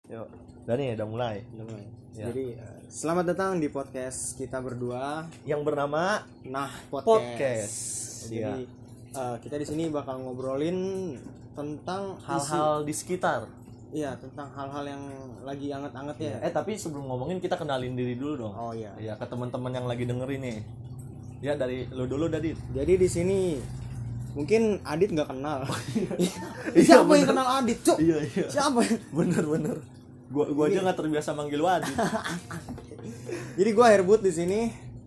Yuk, udah mulai. Ya. Jadi selamat datang di podcast kita berdua Yang bernama Nah Podcast. Jadi kita di sini bakal ngobrolin tentang hal-hal di sekitar. Iya, tentang hal-hal yang lagi anget-anget ya. Tapi sebelum ngomongin kita kenalin diri dulu dong. Oh iya. Ya, ke teman-teman yang lagi dengerin nih. Ya, dari lu dulu Dadit. Jadi di sini mungkin Adit nggak kenal. Iya, Siapa bener. yang kenal Adit, Cuk? Iya. Siapa? Bener. Gua aja nggak terbiasa manggil lu Adit. Jadi gua Herbut di sini.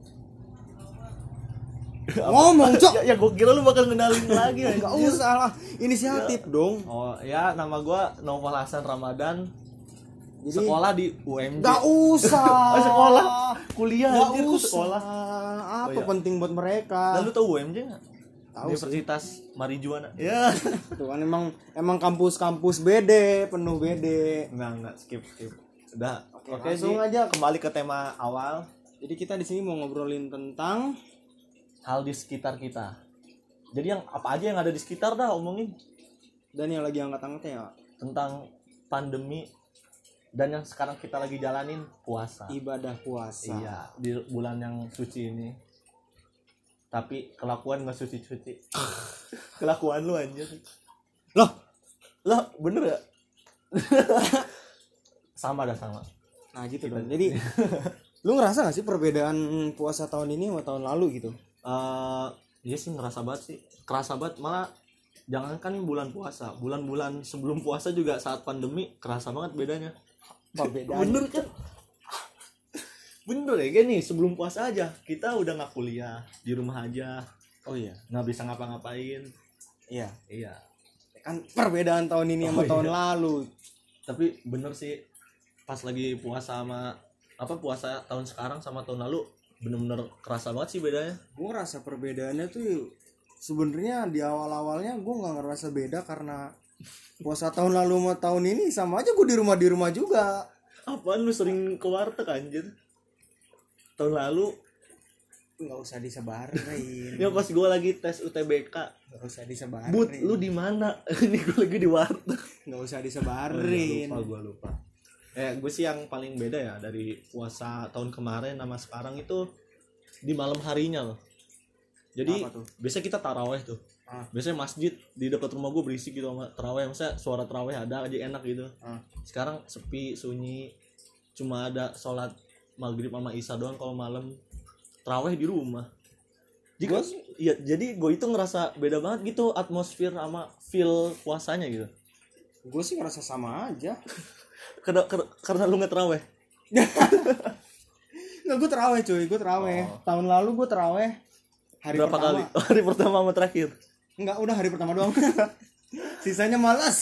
Ngomong, Cok. Ya gua kira lu bakal kenalin lagi. Enggak usah lah. Inisiatif dong. Oh, ya nama gua Novel Hasan Ramadan. Jadi Sekolah di UMJ. enggak usah. Sekolah, kuliah Enggak anjir, kok usah. sekolah. Apa Oh, iya. penting buat mereka? Lalu tahu UMJ enggak? Tahu Universitas Marijuana. Ya. Tuh kan emang kampus-kampus BD, penuh BD. Enggak, skip. Udah. Oke, langsung sih, aja. kembali ke tema awal, Jadi kita di sini mau ngobrolin tentang hal di sekitar kita. Jadi yang apa aja yang ada di sekitar dah omongin, dan yang lagi angkat-angkatnya ya tentang pandemi dan yang sekarang kita lagi jalanin, puasa. ibadah puasa. Iya, di bulan yang suci ini. Tapi kelakuan nggak suci-suci. Kelakuan lu anjir. Lah, bener gak? sama. Nah gitu dong. Jadi lu ngerasa gak sih perbedaan puasa tahun ini sama tahun lalu gitu? Iya sih ngerasa banget sih. Kerasa banget, malah jangankan ini bulan puasa, bulan-bulan sebelum puasa juga saat pandemi kerasa banget bedanya. Apa bedanya? Bener kan? Bener ya, gini sebelum puasa aja kita udah nggak kuliah, di rumah aja, Oh iya. nggak bisa ngapa-ngapain. Iya. Iya. Kan perbedaan tahun ini sama tahun lalu. Tapi bener sih, pas lagi puasa sama puasa tahun sekarang sama tahun lalu bener-bener kerasa banget sih bedanya. Gue ngerasa perbedaannya tuh sebenarnya di awal-awalnya gue nggak ngerasa beda karena puasa tahun lalu sama tahun ini sama aja, gue di rumah juga. Apaan lu sering ke warteg anjir? Tahun lalu Nggak usah disebarin. ya pas gue lagi tes UTBK. Nggak usah disebarin. But, lu di mana? Ini gue lagi di warteg. Nggak usah disebarin. Gue lupa. Gue sih yang paling beda ya dari puasa tahun kemarin sama sekarang itu di malam harinya loh. Jadi Apa tuh? biasanya kita taraweh tuh. Biasanya masjid di dekat rumah gue berisik gitu sama taraweh. Maksudnya suara taraweh ada aja enak gitu. Sekarang sepi, sunyi. Cuma ada sholat maghrib sama isya doang kalau malam. Taraweh di rumah. Jadi gue itu ngerasa beda banget gitu atmosfer sama feel puasanya gitu. Gue sih ngerasa sama aja. Karena lu nggak taraweh. Nggak, gue terawih cuy, gue terawih. Tahun lalu gue terawih hari Berapa pertama. kali? Hari pertama sama terakhir. Enggak, udah hari pertama doang. Sisanya males.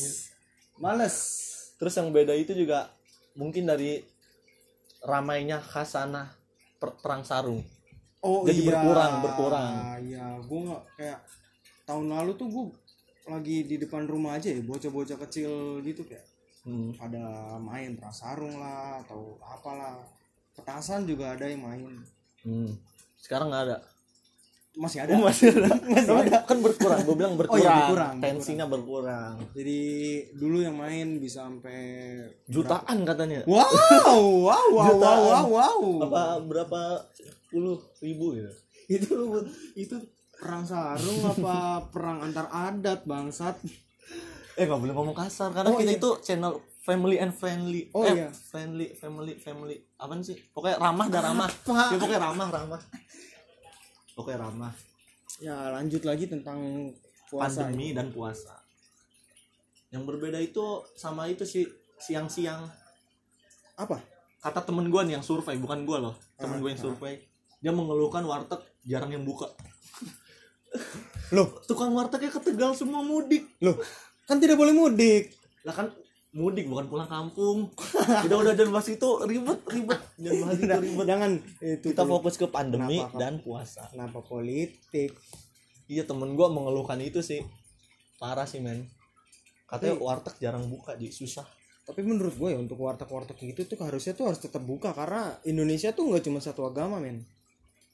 Terus yang beda itu juga mungkin dari ramainya khasanah perang sarung. Oh Jadi iya. berkurang. Iya, gue nggak kayak tahun lalu tuh gue lagi di depan rumah aja ya, bocah-bocah kecil gitu kayak pada main prasarung lah atau apalah, petasan juga ada yang main. Sekarang nggak ada. Masih ada. Masih ada. Kan berkurang. Gue bilang berkurang. Oh iya, berkurang. Tensinya berkurang. Jadi dulu yang main bisa sampai Jutaan katanya. Wow. Jutaan. Wow. Berapa puluh ribu gitu. Itu perang sarung apa perang antar adat bangsat? Nggak boleh ngomong kasar karena kita itu channel family and friendly. Oh iya. Family. Apaan sih? Pokoknya ramah dan ramah. Ya pokoknya ramah. Oke, ramah. Ya lanjut lagi tentang puasa. Pandemi dan puasa. Yang berbeda itu sama itu sih siang-siang. Apa? Kata temen gue nih yang survei, bukan gue loh. Temen gue yang survei. Dia mengeluhkan warteg jarang yang buka. Loh, Tukang wartegnya ke Tegal semua mudik. loh, kan tidak boleh mudik. Lah kan mudik bukan pulang kampung. Udah jangan bahas itu ribet. Jangan bahas itu ribet. Jangan itu. Kita fokus ke pandemi Kenapa? dan puasa. Kenapa politik? Iya, temen gue mengeluhkan itu sih. Parah sih men. Katanya warteg jarang buka, susah. Tapi menurut gue ya untuk warteg-warteg gitu tuh harusnya tuh harus tetap buka karena Indonesia tuh nggak cuma satu agama men.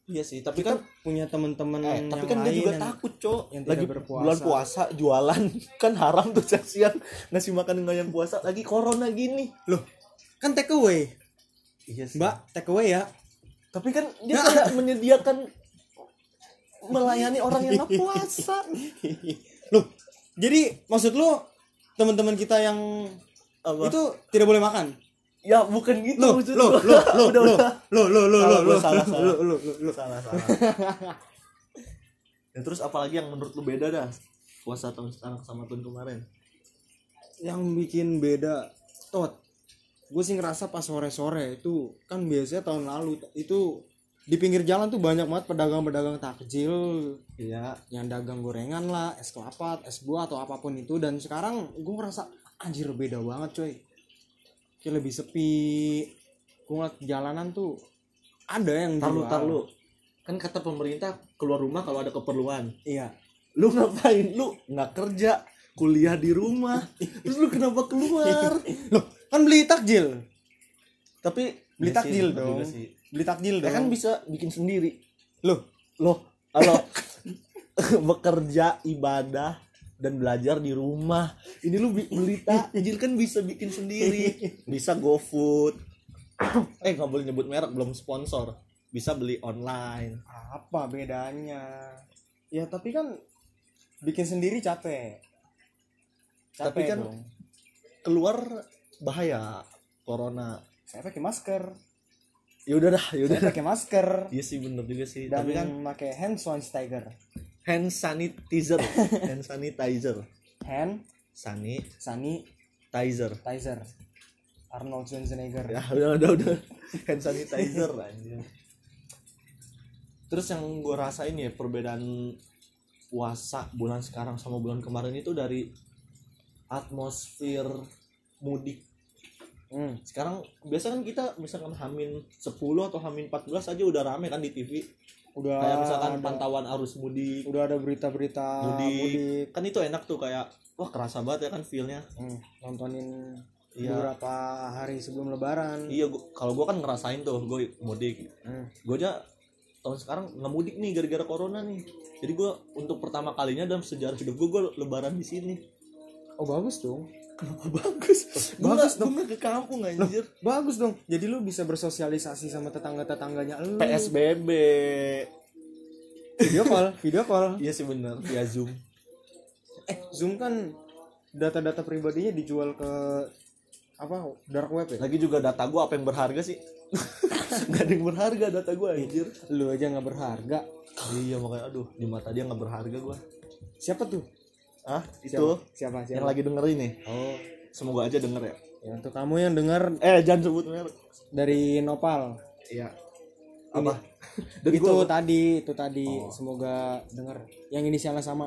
Iya sih, tapi kita kan punya teman-teman tapi yang kan dia lain juga yang takut, Cok. yang Lagi tidak berpuasa. bulan puasa jualan kan haram tuh siang ngasih makan enggak yang puasa, lagi corona gini. Loh, kan take away. Iya sih. Mbak, take away ya. Tapi kan dia kayak menyediakan melayani orang yang nggak puasa. Loh, jadi maksud lu teman-teman kita yang Apa? itu tidak boleh makan? Ya bukan gitu maksud lo salah. lo Salah. Ya, terus apalagi yang menurut lu beda dah puasa tahun sekarang sama tahun kemarin? Yang bikin beda, Tot, gue sih ngerasa pas sore-sore itu kan biasanya tahun lalu itu di pinggir jalan tuh banyak banget pedagang-pedagang takjil, Iya. yang dagang gorengan lah, es kelapa, es buah atau apapun itu. Dan sekarang gue ngerasa anjir beda banget coy, kayak lebih sepi. Gue ngeliat jalanan tuh ada yang Taruh kan kata pemerintah keluar rumah kalau ada keperluan. Iya. Lu ngapain? Lu nggak kerja, kuliah di rumah, terus lu kenapa keluar? Loh, kan beli takjil. Tapi Beli ya takjil sih, dong. juga sih. Beli takjil Ya dong. kan bisa bikin sendiri. Loh, Kalau bekerja, ibadah dan belajar di rumah, ini lu beli takjil kan bisa bikin sendiri. Bisa GoFood. Nggak boleh nyebut merek, belum sponsor. Bisa beli online. apa bedanya? Ya tapi kan bikin sendiri capek. Tapi kan dong. keluar bahaya corona. Saya pakai masker. Ya udah. Saya pakai masker. Iya sih, bener juga sih. Dan Tapi kan pakai hand sanitizer. hand sanitizer. Hand Sanitizer. sanitizer. Arnold Schwarzenegger. Ya udah. Hand sanitizer anjir. Terus yang gue rasain ya perbedaan puasa bulan sekarang sama bulan kemarin itu dari atmosfer mudik. Sekarang biasa kan kita misalkan Hamin 10 atau Hamin 14 aja udah rame kan di TV. Udah Kayak misalkan ada, pantauan arus mudik. udah ada berita-berita mudik. Kan itu enak tuh, kayak wah kerasa banget ya kan feel-nya. Nontonin Iya. beberapa hari sebelum lebaran. Iya, kalau gue kan ngerasain tuh gue mudik. Gue aja tahun sekarang nggak mudik nih gara-gara corona nih. Jadi gue untuk pertama kalinya dalam sejarah hidup gue lebaran di sini. Oh bagus dong. Kenapa bagus? Bagus dong. Gue ke kampung anjir. Bagus dong. Jadi lu bisa bersosialisasi sama tetangga-tetangganya lu. PSBB. Video call. Iya sih bener, via Zoom. Zoom kan data-data pribadinya dijual ke apa? Dark web ya? Lagi juga data gue apa yang berharga sih? Gak ada yang berharga data gue anjir. Lu aja nggak berharga. Iya makanya aduh, di mata dia nggak berharga gue. Siapa tuh? Itu Siapa? yang lagi dengerin nih. Oh, Semoga aja denger ya. ya untuk kamu yang dengar Jangan sebut merek. dari Nopal. Iya. Ini. Apa? Itu tadi. Semoga dengar. Yang inisialnya sama.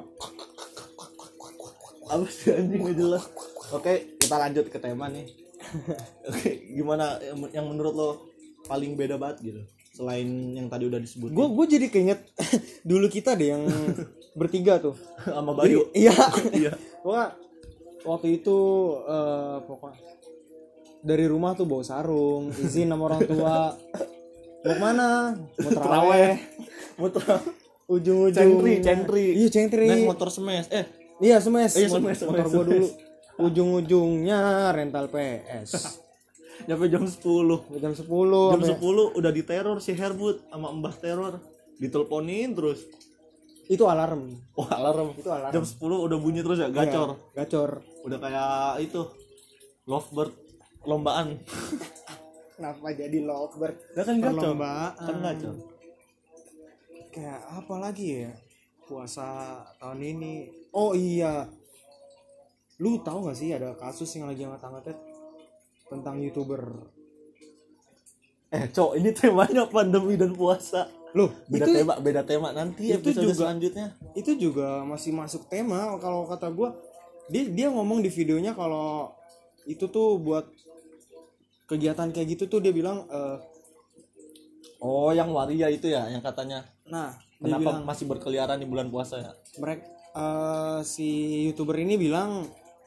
Apa sih anjing nggak jelas. Oke, kita lanjut ke tema nih. Oke, gimana yang menurut lo paling beda banget gitu selain yang tadi udah disebutin? Gue jadi keinget dulu kita deh yang bertiga tuh sama Bayu. Iya. Wah, Waktu itu pokoknya dari rumah tuh bawa sarung, izin sama orang tua. Mau kemana? Mau terawih. Ujung-ujung Cengtri. Iya, cengtri. Naik motor smash. Iya, smash. Smash. Motor gua dulu. Ujung-ujungnya rental PS. Nyampe jam 10. Jam 10. Jam 10 udah diteror si Herbut sama Mbah Teror. Diteleponin terus. Itu alarm. Oh, alarm. Itu alarm. Jam 10 udah bunyi terus ya, gacor. Iya, gacor. Udah kayak itu. Lovebird lombaan. Kenapa jadi lovebird? Nah, kan gacor. Perlombaan. Kan gacor. Kayak apa lagi ya? Puasa tahun ini. Oh iya. Lu tahu gak sih ada kasus yang lagi hangat-hangatnya tentang YouTuber? Cok, ini temanya pandemi dan puasa. Loh, beda tema nanti ya, itu episode juga selanjutnya. Itu juga masih masuk tema kalau kata gua. Dia ngomong di videonya kalau itu tuh buat kegiatan kayak gitu tuh dia bilang Oh, yang waria itu ya, yang katanya. nah, Kenapa dia bilang masih berkeliaran di bulan puasa ya? mereka si YouTuber ini bilang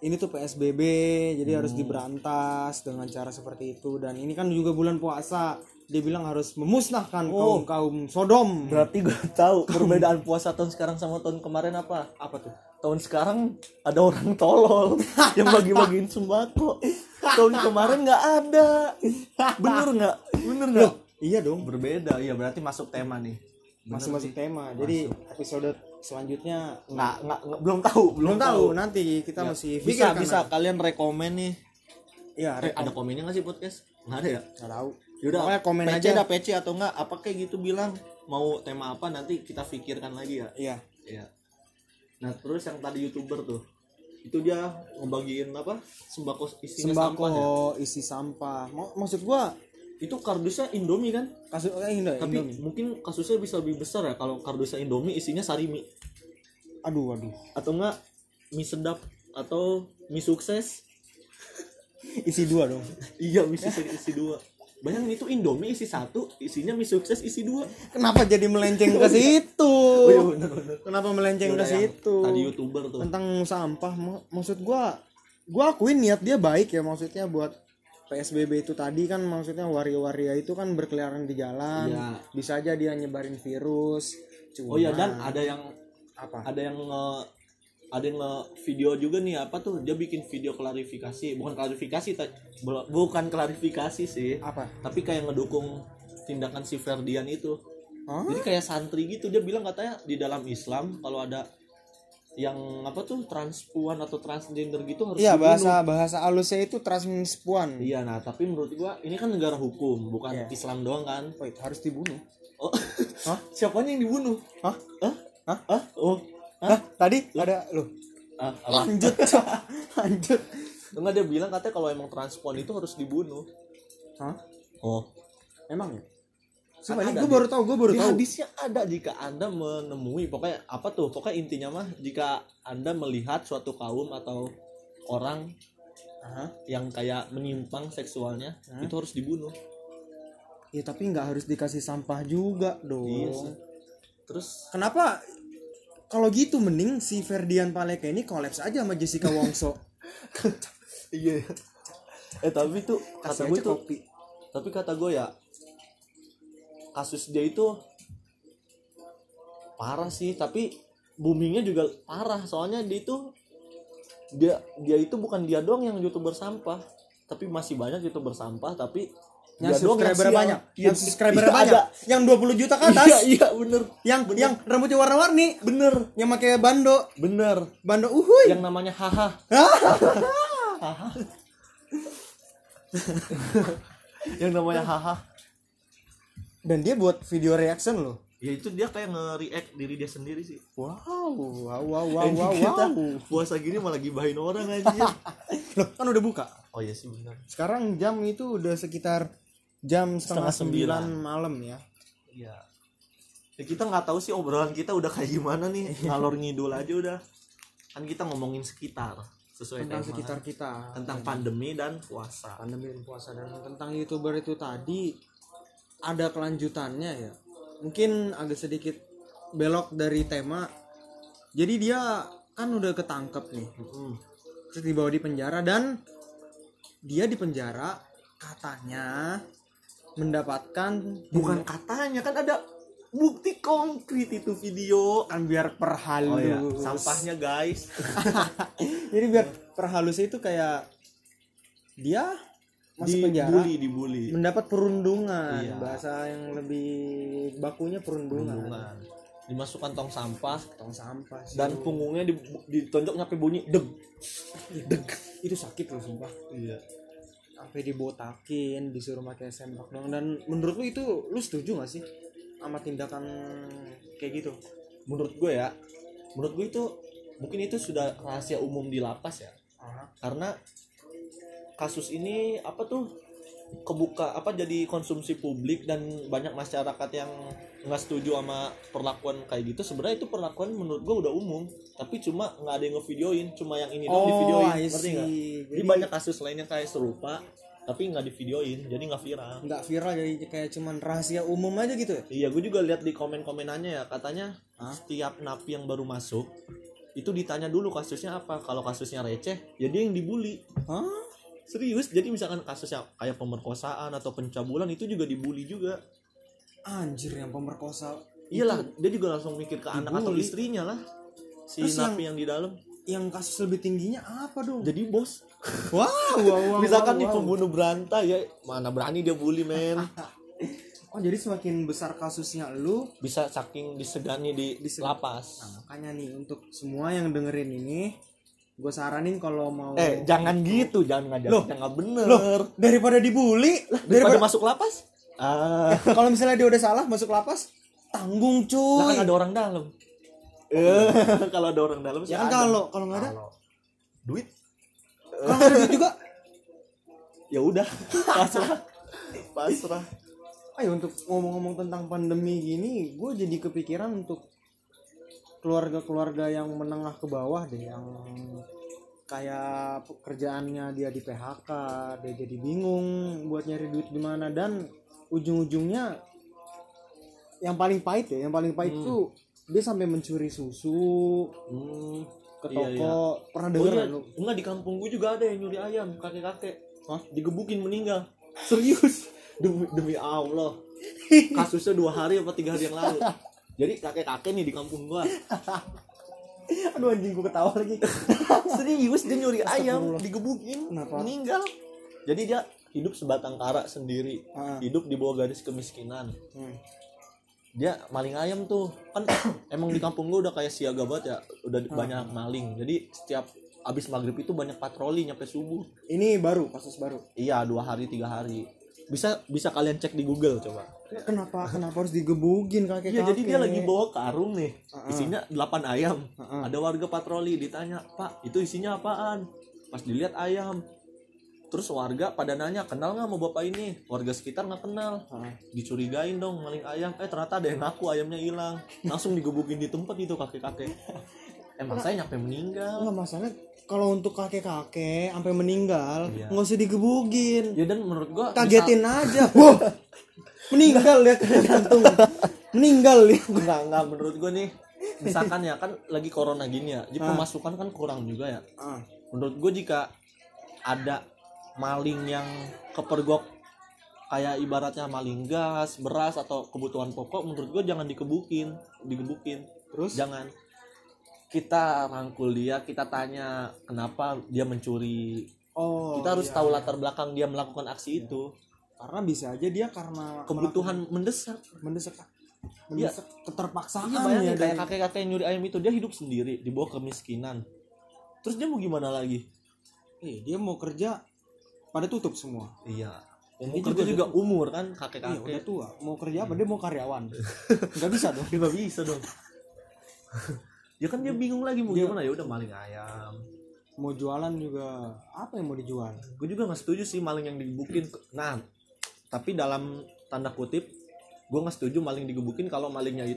ini tuh PSBB, jadi harus diberantas dengan cara seperti itu. Dan ini kan juga bulan puasa, dia bilang harus memusnahkan kaum Sodom. Berarti gue tahu perbedaan puasa tahun sekarang sama tahun kemarin apa? Apa tuh? Tahun sekarang ada orang tolol yang bagi-bagiin sembako. Tahun kemarin nggak ada. Bener nggak? Loh, iya dong. Berbeda. Iya, berarti masuk tema nih. Masuk tema. Jadi episode selanjutnya belum tahu. Nanti kita masih bisa kalian rekomen nih. Iya, ada komennya nggak sih podcast? Nggak ada ya? Nggak tahu. Yaudah, pokoknya komen PC aja. Ada PC atau enggak? Apa kayak gitu bilang mau tema apa nanti kita pikirkan lagi ya. Iya. Nah, terus yang tadi YouTuber tuh. Itu dia ngebagiin apa? Sembako sampah ya? Isi sampah. Maksud gua itu kardusnya Indomie kan? Tapi Indomie. mungkin kasusnya bisa lebih besar ya kalau kardusnya Indomie isinya Sarimi. Aduh. Atau enggak mie sedap atau mie sukses. Isi 2 dong. Iya, mie sukses isi 2. Bayangin itu Indomie isi 1, isinya mie sukses isi 2. Kenapa jadi melenceng ke situ? Oh iya benar. Kenapa melenceng ke situ? Tadi YouTuber tuh. Tentang sampah, maksud gua akuin niat dia baik ya, maksudnya buat PSBB itu tadi kan, maksudnya waria-waria itu kan berkeliaran di jalan. Iya. Bisa aja dia nyebarin virus. Oh iya, dan ada yang apa? Ada yang video juga nih, apa tuh, dia bikin video klarifikasi, bukan klarifikasi sih, apa, tapi kayak ngedukung tindakan si Ferdian itu. Jadi kayak santri gitu, dia bilang katanya di dalam Islam kalau ada yang apa tuh transpuan atau transgender gitu harus dibunuh. bahasa halusnya itu transpuan. Iya, nah tapi menurut gua ini kan negara hukum, bukan Islam doang kan. Wait, harus dibunuh. Siapanya yang dibunuh? Tadi ada loh. Lanjut. Enggak, dia bilang katanya kalau emang transpuan itu harus dibunuh. Emang ya? Sebenarnya gue baru tahu. Di hadisnya ada, jika Anda menemui, pokoknya apa tuh? Pokoknya intinya mah jika Anda melihat suatu kaum atau orang yang kayak menyimpang seksualnya, itu harus dibunuh. Ya tapi nggak harus dikasih sampah juga dong. Iya sih. Terus kenapa kalau gitu mending si Ferdian Paleka ini kolaps aja sama Jessica Wongso? Iya. Tapi tuh kata gue tuh, tapi kata gue ya, kasus dia itu parah sih, tapi boomingnya juga parah. Soalnya dia itu bukan dia doang yang YouTuber sampah, tapi masih banyak YouTuber sampah, tapi yang subscriber banyak. Yang subscriber banyak. Yang 20 juta ke atas. Iya bener. Yang rambutnya warna-warni. Bener. Yang pakai bando. Bener. Bando uhuy. Yang namanya haha. Yang namanya haha. Dan dia buat video reaction loh. Ya itu dia kayak nge-react diri dia sendiri sih. Wow. Kita puasa gini malah gibahin orang aja. Loh, kan udah buka. Oh iya sih benar. Sekarang jam itu udah sekitar jam setengah 9 malam ya. Iya. Ya kita nggak tahu sih obrolan kita udah kayak gimana nih. Ngalor ngidul aja udah. Kan kita ngomongin sekitar sesuai tentang tema sekitar kita. Tentang pandemi dan puasa. Dan tentang YouTuber itu tadi ada kelanjutannya ya. Mungkin agak sedikit belok dari tema. Jadi dia kan udah ketangkep nih. Terus dibawa di penjara, dan dia di penjara katanya mendapatkan, bukan katanya, kan ada bukti konkret itu video. Kan biar perhalus. Oh, iya. Sampahnya guys. Jadi biar perhalusnya itu kayak dia masuk penjara, dibully, mendapat perundungan. Iya. Bahasa yang lebih bakunya perundungan. Dimasukkan tong sampah sih. Dan punggungnya ditonjok nyampe bunyi deg. Itu sakit loh sumpah. Iya. Sampai dibotakin, disuruh pakai sempak dong. Dan menurut lu itu, lu setuju gak sih sama tindakan kayak gitu? Menurut gue itu mungkin itu sudah rahasia umum di lapas ya. Karena kasus ini kebuka jadi konsumsi publik, dan banyak masyarakat yang nggak setuju sama perlakuan kayak gitu. Sebenarnya itu perlakuan menurut gue udah umum, tapi cuma nggak ada yang ngevideoin, cuma yang ini doang divideoin. Ngerti nggak? Jadi banyak kasus lainnya kayak serupa tapi nggak divideoin, jadi nggak viral. Jadi kayak cuman rahasia umum aja gitu ya. Iya, gue juga lihat di komen-komenannya ya, katanya setiap napi yang baru masuk itu ditanya dulu kasusnya apa. Kalau kasusnya receh ya dia yang dibully. Serius, jadi misalkan kasusnya kayak pemerkosaan atau pencabulan itu juga dibully juga. Anjir, yang pemerkosa iyalah dia juga langsung mikir ke anak atau istrinya lah si terus napi yang di dalam. Yang kasus lebih tingginya apa dong? Jadi bos. Wow. Misalkan nih pembunuh berantai ya, mana berani dia bully men. Oh, jadi semakin besar kasusnya lu bisa saking disegani di lapas. Nah, makanya nih untuk semua yang dengerin ini, gue saranin kalau mau jangan gitu, jangan ngajar yang nggak bener. Loh, daripada dibully, daripada masuk lapas. Kalau misalnya dia udah salah masuk lapas, tanggung cuy. Lah kan ada orang dalam. Kalau ada orang dalam ya kan, kalau nggak ada duit, kalau nggak ada duit juga ya udah pasrah. Ayo, untuk ngomong-ngomong tentang pandemi gini, gue jadi kepikiran untuk keluarga-keluarga yang menengah ke bawah deh, yang kayak pekerjaannya dia di PHK, dia jadi bingung buat nyari duit di mana, dan ujung-ujungnya yang paling pahit tuh dia sampai mencuri susu ke toko. Iya. Pernah dengar lu? Enggak, di kampung gue juga ada yang nyuri ayam, kakek-kakek. Digebukin meninggal. Serius. Demi Allah. Kasusnya 2 hari apa 3 hari yang lalu. Jadi kakek-kakek nih di kampung gua. Aduh anjing, gua ketawa lagi. Serius, dia nyuri ayam, digebukin, kenapa? Meninggal. Jadi dia hidup sebatang kara sendiri. Hidup di bawah garis kemiskinan. Dia maling ayam tuh. Kan emang di kampung gua udah kayak siaga banget ya. Udah banyak maling. Jadi setiap abis maghrib itu banyak patroli nyampe subuh. Ini kasus baru? Iya, 2 hari 3 hari. Bisa kalian cek di Google coba. Kenapa harus digebukin kakek-kakek? Iya, jadi dia lagi bawa karung nih. Isinya 8 ayam. Ada warga patroli ditanya, "Pak, itu isinya apaan?" Pas dilihat ayam. Terus warga pada nanya, "Kenal nggak sama bapak ini?" Warga sekitar nggak kenal. Dicurigain dong maling ayam. Ternyata ada yang ngaku ayamnya hilang. Langsung digebukin di tempat itu kakek-kakek. Emang saya nyampe meninggal. Nggak masalah. Kalau untuk kakek-kakek sampai meninggal, nggak usah digebukin. Ya, dan menurut gua kagetin aja. Wah, meninggal ya, kena jantung. Meninggal ya. Enggak, menurut gua nih, misalkan ya kan lagi corona gini ya, jadi pemasukan kan kurang juga ya. Menurut gua jika ada maling yang kepergok kayak ibaratnya maling gas, beras atau kebutuhan pokok, menurut gua jangan digebukin. Terus jangan kita rangkul dia, kita tanya kenapa dia mencuri. Kita harus tahu latar belakang dia melakukan aksi itu. Karena bisa aja dia karena kebutuhan mendesak keterpaksaan. Bayangin kayak kakek-kakek yang nyuri ayam itu, dia hidup sendiri di bawah kemiskinan. Terus dia mau gimana lagi? Dia mau kerja pada tutup semua. Iya. Mau kerja juga umur kan kakek-kakek. Udah tua. Mau kerja apa? Dia mau karyawan. Enggak bisa dong. Ya kan dia bingung lagi mau gimana. Ya udah maling ayam. Mau jualan juga apa yang mau dijual? Gue juga nggak setuju sih maling yang digebukin. Nah, tapi dalam tanda kutip gue nggak setuju maling digebukin kalau malingnya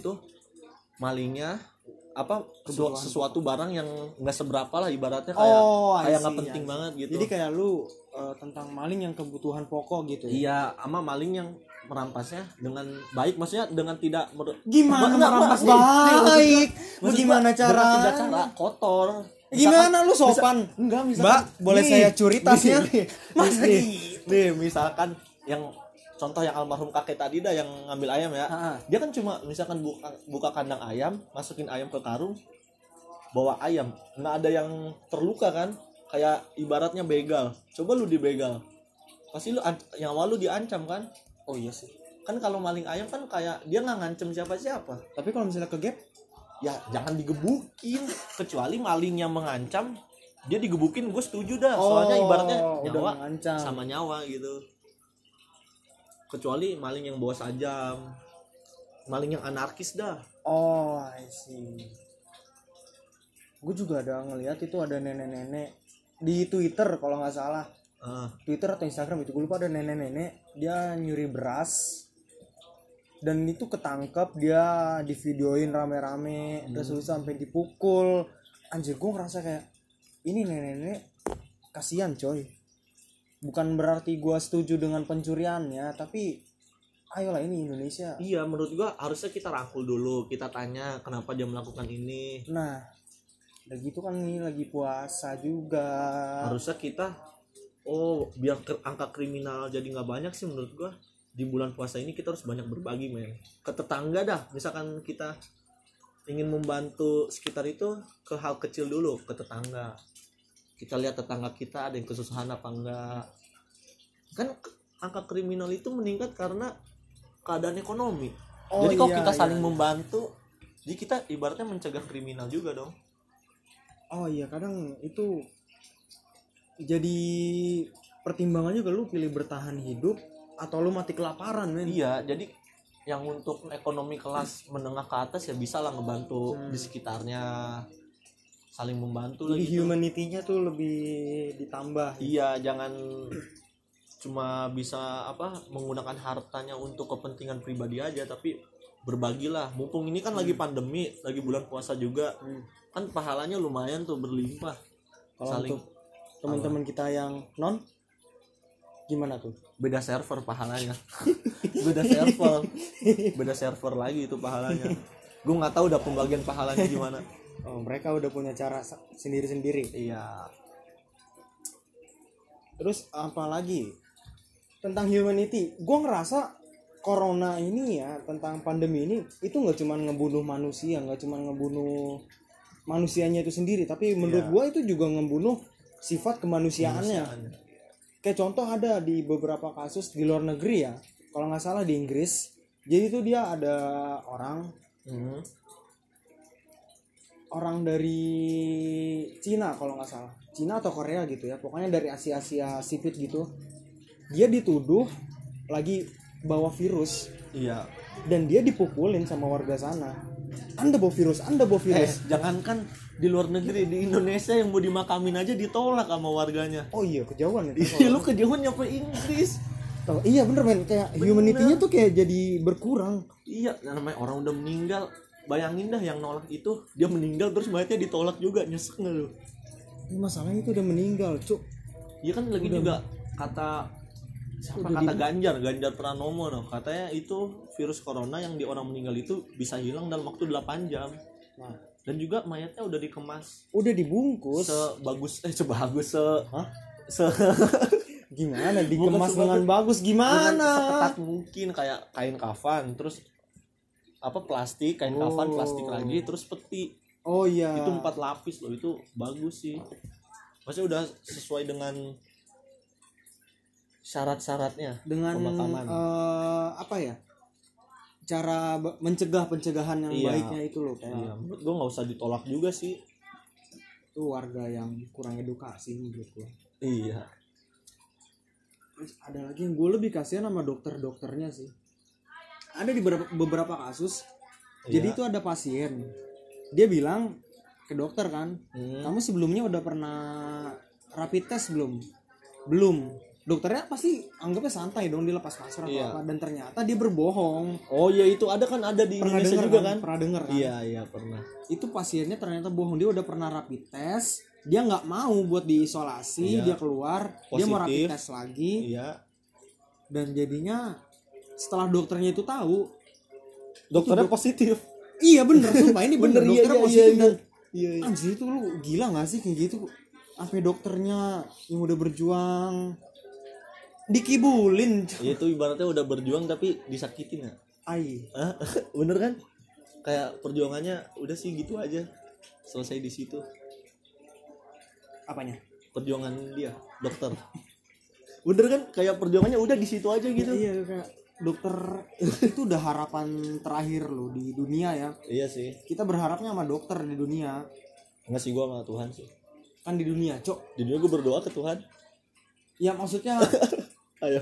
sesuatu barang yang nggak seberapa lah, ibaratnya kayak nggak penting banget gitu. Jadi kayak lu tentang maling yang kebutuhan pokok gitu ya? Iya, sama maling yang merampasnya dengan baik, maksudnya dengan tidak gimana merampas baik? Bagaimana cara kotor? Gimana lu sopan? Enggak, misalkan, Mbak, boleh saya curi tasnya? Masa nih, misalkan yang contoh yang almarhum kakek tadi dah yang ngambil ayam ya. Dia kan cuma misalkan buka kandang ayam, masukin ayam ke karung, bawa ayam. Nggak ada yang terluka kan? Kayak ibaratnya begal. Coba lu dibegal, pasti nyawa lu diancam kan? Oh iya sih. Kan kalau maling ayam kan kayak dia nggak ngancem siapa-siapa. Tapi kalau misalnya kegep, ya jangan digebukin. Kecuali maling yang mengancam, dia digebukin, gue setuju dah. Soalnya ibaratnya nyawa sama nyawa gitu. Kecuali maling yang bawa sajam, maling yang anarkis dah. Oh, I see. Gue juga ada ngeliat itu ada nenek-nenek di Twitter kalau nggak salah. Twitter atau Instagram itu gue lupa, ada nenek-nenek dia nyuri beras dan itu ketangkep, dia divideoin rame-rame, terus sampai dipukul. Anjir, gue ngerasa kayak ini nenek-nenek kasihan coy. Bukan berarti gue setuju dengan pencuriannya, tapi ayolah, ini Indonesia. Iya, menurut gue harusnya kita rangkul dulu, kita tanya kenapa dia melakukan ini. Nah, Udah gitu kan nih lagi puasa juga. Harusnya kita biar angka kriminal jadi nggak banyak sih menurut gua. Di bulan puasa ini kita harus banyak berbagi, men. Ke tetangga dah. Misalkan kita ingin membantu sekitar itu, ke hal kecil dulu, ke tetangga. Kita lihat tetangga kita ada yang kesusahan apa enggak. Kan angka kriminal itu meningkat karena keadaan ekonomi. Jadi kalau kita saling membantu, jadi kita ibaratnya mencegah kriminal juga dong. Oh iya, kadang itu jadi pertimbangan juga, lu pilih bertahan hidup atau lu mati kelaparan, men. Iya, jadi yang untuk ekonomi kelas menengah ke atas ya bisa lah ngebantu di sekitarnya, saling membantu lah gitu. Humanity-nya tuh lebih ditambah. Iya, jangan cuma bisa menggunakan hartanya untuk kepentingan pribadi aja, tapi berbagilah. Mumpung ini kan lagi pandemi, lagi bulan puasa juga, kan pahalanya lumayan tuh, berlimpah. Kalau untuk teman-teman kita yang non, gimana tuh? Beda server pahalanya. beda server lagi itu pahalanya. Gue nggak tahu udah pembagian pahalanya gimana. Oh, mereka udah punya cara sendiri-sendiri. Iya. Terus apa lagi tentang humanity? Gue ngerasa corona ini ya, tentang pandemi ini, itu nggak cuma ngebunuh manusia, nggak cuma ngebunuh manusianya itu sendiri, tapi menurut gue itu juga ngebunuh sifat kemanusiaannya. Kayak contoh ada di beberapa kasus di luar negeri ya, kalau nggak salah di Inggris. Jadi itu dia ada orang dari Cina kalau nggak salah, Cina atau Korea gitu ya, pokoknya dari Asia sipit gitu. Dia dituduh lagi bawa virus. Iya. Dan dia dipukulin sama warga sana. Anda bawa virus. Jangankan di luar negeri, di Indonesia yang mau dimakamin aja ditolak sama warganya. Oh iya, kejauhan itu. Iya, lu kejauhan nyampe Inggris. Iya bener, men, kayak humanity-nya tuh kayak jadi berkurang. Iya, namanya orang udah meninggal. Bayangin dah yang nolak itu, dia meninggal terus mayatnya ditolak juga, nyesek nggak lu? Masalahnya itu udah meninggal, cuk. Iya kan lagi udah juga kata Ganjar Pranomo katanya itu virus corona yang di orang meninggal itu bisa hilang dalam waktu 8 jam. Nah, dan juga mayatnya udah dikemas, udah dibungkus gimana dikemas dengan bagus gimana? Seketat mungkin, kayak kain kafan, terus plastik, kain kafan, plastik lagi, terus peti. Oh iya. Itu 4 lapis loh, itu bagus sih. Maksudnya udah sesuai dengan syarat-syaratnya, dengan pemakaman. Cara pencegahan yang baiknya itu loh. Iya, menurut gue nggak usah ditolak juga sih. Itu warga yang kurang edukasi menurut gue. Iya. Terus ada lagi yang gue lebih kasihan sama dokternya sih. Ada di beberapa kasus. Jadi itu ada pasien, dia bilang ke dokter kan, kamu sebelumnya udah pernah rapid test belum? Dokternya pasti anggapnya santai dong, dilepas masker apa, dan ternyata dia berbohong. Oh iya, itu ada di Indonesia juga kan? Pernah dengar kan? Iya pernah. Itu pasiennya ternyata bohong, dia udah pernah rapid test, dia nggak mau buat diisolasi, dia keluar, positif. Dia mau rapid test lagi. Iya. Dan jadinya setelah dokternya itu tahu, dokternya positif. Iya bener, sumpah ini bener, dokternya positif. Dan iya. Anjir, itu lu gila nggak sih kayak gitu? Sampai dokternya yang udah berjuang dikibulin. Ya itu ibaratnya udah berjuang tapi disakitin ya. Bener kan? Kayak perjuangannya udah sih gitu aja, selesai di situ. Apanya? Perjuangan dia, dokter. Bener kan? Kayak perjuangannya udah di situ aja gitu. Iya, kayak dokter itu udah harapan terakhir loh di dunia ya. Iya sih. Kita berharapnya sama dokter di dunia. Enggak sih, gua sama Tuhan sih. Kan di dunia, Cok. Di dunia gua berdoa ke Tuhan. Ya maksudnya Ayo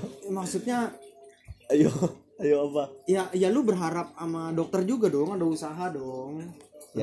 apa? Ya lu berharap sama dokter juga dong, ada usaha dong. Ya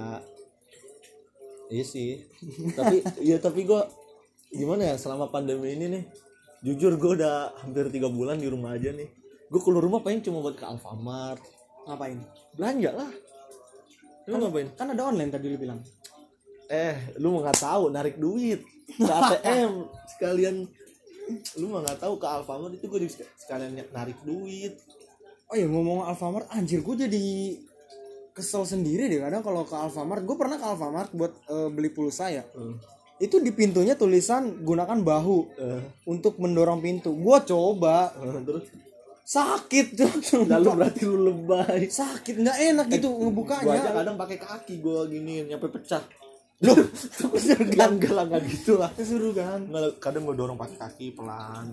iya sih. tapi gue gimana ya, selama pandemi ini nih, jujur gue udah hampir 3 bulan di rumah aja nih. Gue keluar rumah paling cuma buat ke Alfamart. Ngapain? Belanja lah. Lu ngapain? Kan ada online tadi lu bilang. Lu mah nggak tahu, narik duit ke ATM sekalian. Lu mah nggak tahu, ke Alfamart itu gue sekalian narik duit. Oh ya, ngomong Alfamart, anjir gue jadi kesel sendiri deh kadang kalau ke Alfamart. Gue pernah ke Alfamart buat beli pulsa ya. Itu di pintunya tulisan gunakan bahu untuk mendorong pintu. Gue coba Terus sakit tuh. lalu berarti lu lebay. Sakit, nggak enak gitu Gua aja ngebukanya. kadang pakai kaki gua gini nyampe pecah. Loh, Enggak gitu lah. kesuruh kan? Kadang gua dorong pakai kaki pelan.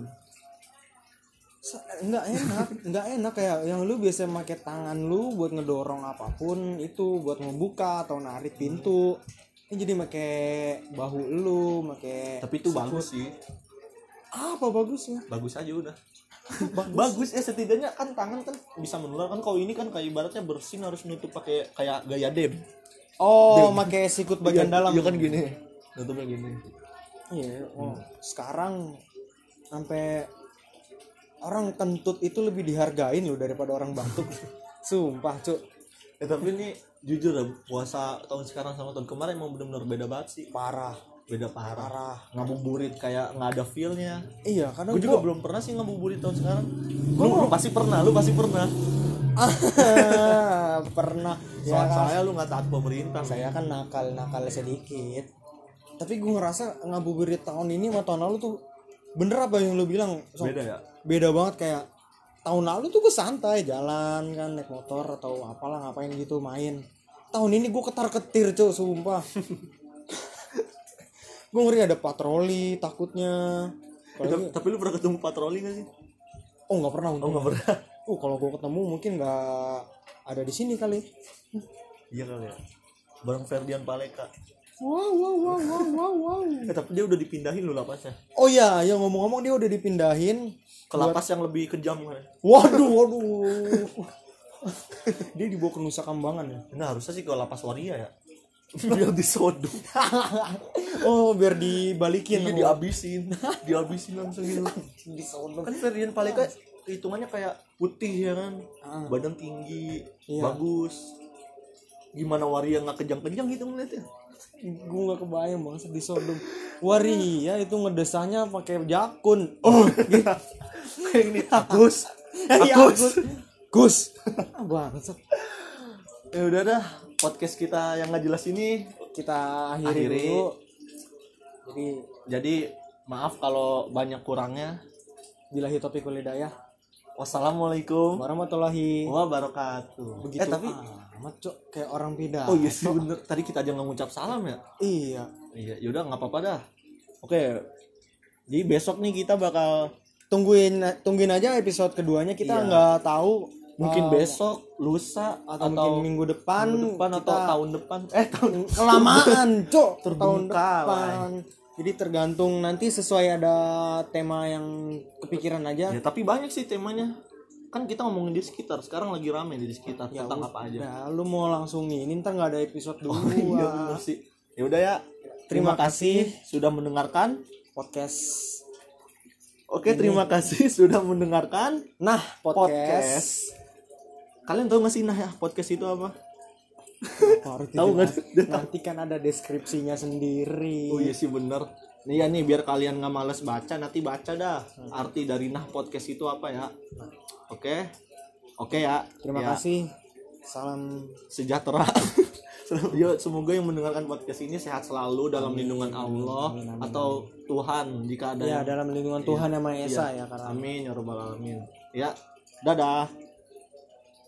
Nggak enak kayak yang lu biasa pakai tangan lu buat ngedorong apapun itu buat ngebuka atau narik pintu. Ini jadi pakai bahu lu, pakai. Tapi itu bagus sih. Apa bagusnya? Bagus aja udah. Bagus ya, setidaknya kan tangan kan bisa menular kan. Kalau ini kan kayak ibaratnya bersin harus nutup pakai kayak gaya dem. Oh, pakai sikut bagian dalam. Iya kan gini. Nutupnya gini. Iya. Oh, sekarang sampai orang kentut itu lebih dihargain loh daripada orang batuk. Sumpah, Cuk. Tapi ini jujur ya, puasa tahun sekarang sama tahun kemarin emang benar-benar beda banget sih. Beda parah. Ngabuburit kayak nggak ada feel-nya. Iya, kadang Gue juga belum pernah sih ngabuburit tahun sekarang. Lu pasti pernah. pernah. Ya, Soalnya lu nggak taat pemerintah. saya kan nakal sedikit. Tapi gue ngerasa ngabuburit tahun ini sama tahun lalu tuh bener apa yang lu bilang? Beda ya? Beda banget. Kayak tahun lalu tuh gue santai jalan kan naik motor atau apalah ngapain gitu main. Tahun ini gue ketar-ketir cuy, sumpah. Gue ngeri ada patroli takutnya. Tapi lu pernah ketemu patroli gak sih? Oh nggak pernah. Nggak pernah. Kalau gue ketemu mungkin nggak ada di sini kali. Iya kali ya. Bareng Ferdian Paleka. Wow. Tapi dia udah dipindahin lu lapasnya. Oh iya, ya ngomong-ngomong dia udah dipindahin Ke lapas yang lebih kejam kan. Waduh. Dia dibawa ke Nusa Kambangan ya. Nah harusnya sih ke lapas Waria ya. Biar disodok. Oh biar dibalikin. Iya dihabisin langsung gitu. Disodok. Kan Ferdian Paleka hitungannya kayak putih ya kan. Badan tinggi, bagus. Gimana Waria nggak kejang-kejang gitu ngeliatnya? Gue nggak kebayang banget disodok. Waria itu ngedesanya pakai jakun. Oh gitu. Kayak ini Agus. Gus. Bangsat. Ya udah dah, podcast kita yang nggak jelas ini Kita akhiri dulu. Jadi maaf kalau banyak kurangnya. Billahi taufiq wal hidayah. Wassalamualaikum warahmatullahi wabarakatuh. Begitu Tapi amat cok kayak orang beda. oh iya sih bener. Tadi kita aja nggak ngucap salam ya. Iya. Yaudah nggak apa-apa dah. Oke. Jadi besok nih kita bakal tungguin aja episode keduanya. Kita nggak tahu mungkin besok, lusa atau mungkin minggu depan atau tahun depan. Tahun kelamaan cok. Tahun Terbengkalai. depan. Jadi tergantung nanti sesuai ada tema yang kepikiran aja. Ya, tapi banyak sih temanya. Kan kita ngomongin di sekitar. Sekarang lagi rame di sekitar Ya, tentang apa aja. Ya, lu mau langsung ini ntar nggak ada episode dulu. Oh iya bener sih. Ya udah ya. Terima kasih sudah mendengarkan podcast. Oke, terima kasih sudah mendengarkan. Nah, podcast. Kalian tahu nggak sih podcast itu apa? Tahu nggak? Nanti kan ada deskripsinya sendiri. Oh iya sih bener. Nih ya nih biar kalian nggak males baca, nanti baca dah arti dari podcast itu apa ya. Oke ya. Terima kasih. Salam sejahtera. Yo, semoga yang mendengarkan podcast ini sehat selalu dalam lindungan Allah atau Tuhan jika ada. Ya dalam lindungan Tuhan yang Maha Esa ya. Amin ya rabbal alamin. Ya, dadah.